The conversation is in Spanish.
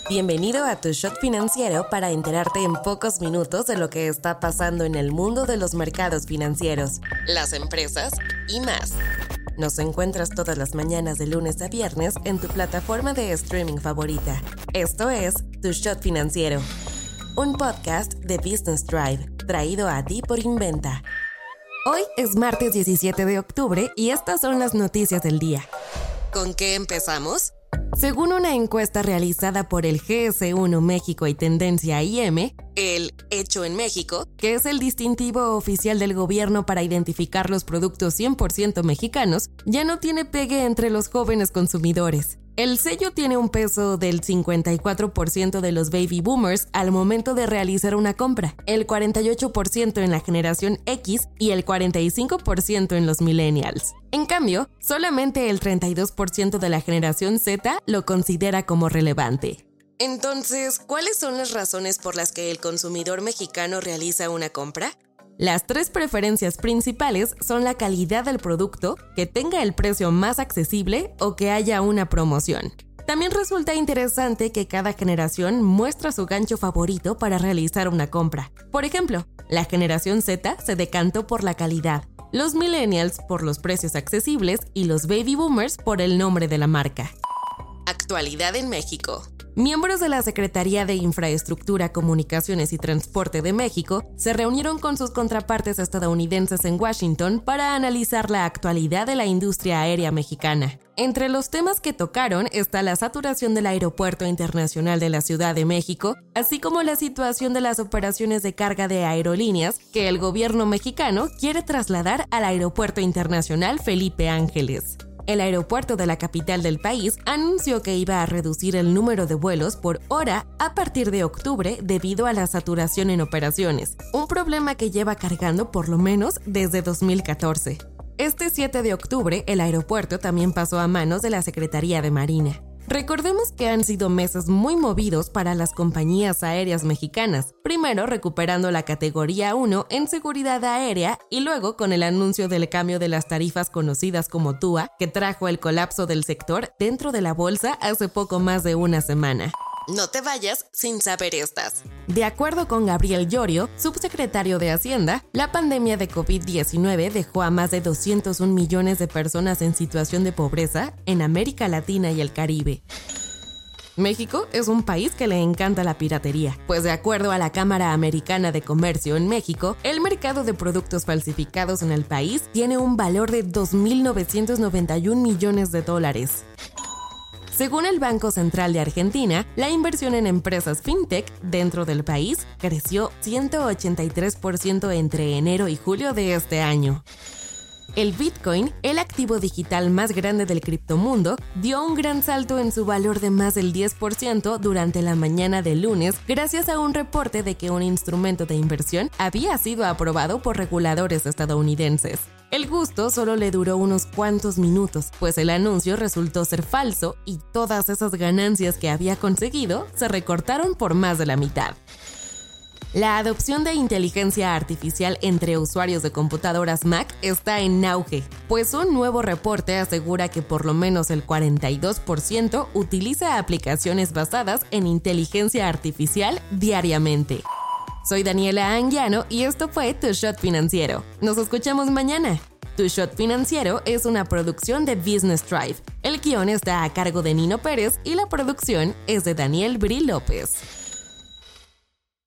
Bienvenido a Tu Shot Financiero para enterarte en pocos minutos de lo que está pasando en el mundo de los mercados financieros, las empresas y más. Nos encuentras todas las mañanas de lunes a viernes en tu plataforma de streaming favorita. Esto es Tu Shot Financiero, un podcast de Business Drive, traído a ti por Inventa. Hoy es martes 17 de octubre y estas son las noticias del día. ¿Con qué empezamos? Según una encuesta realizada por el GS1 México y Tendencia IM, el Hecho en México, que es el distintivo oficial del gobierno para identificar los productos 100% mexicanos, ya no tiene pegue entre los jóvenes consumidores. El sello tiene un peso del 54% de los baby boomers al momento de realizar una compra, el 48% en la generación X y el 45% en los millennials. En cambio, solamente el 32% de la generación Z lo considera como relevante. Entonces, ¿cuáles son las razones por las que el consumidor mexicano realiza una compra? Las tres preferencias principales son la calidad del producto, que tenga el precio más accesible o que haya una promoción. También resulta interesante que cada generación muestra su gancho favorito para realizar una compra. Por ejemplo, la generación Z se decantó por la calidad, los millennials por los precios accesibles y los baby boomers por el nombre de la marca. Actualidad en México. Miembros de la Secretaría de Infraestructura, Comunicaciones y Transporte de México se reunieron con sus contrapartes estadounidenses en Washington para analizar la actualidad de la industria aérea mexicana. Entre los temas que tocaron está la saturación del Aeropuerto Internacional de la Ciudad de México, así como la situación de las operaciones de carga de aerolíneas que el gobierno mexicano quiere trasladar al Aeropuerto Internacional Felipe Ángeles. El aeropuerto de la capital del país anunció que iba a reducir el número de vuelos por hora a partir de octubre debido a la saturación en operaciones, un problema que lleva cargando por lo menos desde 2014. Este 7 de octubre, el aeropuerto también pasó a manos de la Secretaría de Marina. Recordemos que han sido meses muy movidos para las compañías aéreas mexicanas, primero recuperando la categoría 1 en seguridad aérea y luego con el anuncio del cambio de las tarifas conocidas como TUA, que trajo el colapso del sector dentro de la bolsa hace poco más de una semana. No te vayas sin saber estas. De acuerdo con Gabriel Llorio, subsecretario de Hacienda, la pandemia de COVID-19 dejó a más de 201 millones de personas en situación de pobreza en América Latina y el Caribe. México es un país que le encanta la piratería, pues de acuerdo a la Cámara Americana de Comercio en México, el mercado de productos falsificados en el país tiene un valor de 2.991 millones de dólares. Según el Banco Central de Argentina, la inversión en empresas fintech dentro del país creció 183% entre enero y julio de este año. El Bitcoin, el activo digital más grande del criptomundo, dio un gran salto en su valor de más del 10% durante la mañana del lunes gracias a un reporte de que un instrumento de inversión había sido aprobado por reguladores estadounidenses. El gusto solo le duró unos cuantos minutos, pues el anuncio resultó ser falso y todas esas ganancias que había conseguido se recortaron por más de la mitad. La adopción de inteligencia artificial entre usuarios de computadoras Mac está en auge, pues un nuevo reporte asegura que por lo menos el 42% utiliza aplicaciones basadas en inteligencia artificial diariamente. Soy Daniela Anguiano y esto fue Tu Shot Financiero. Nos escuchamos mañana. Tu Shot Financiero es una producción de Business Drive. El guión está a cargo de Nino Pérez y la producción es de Daniel Bri López.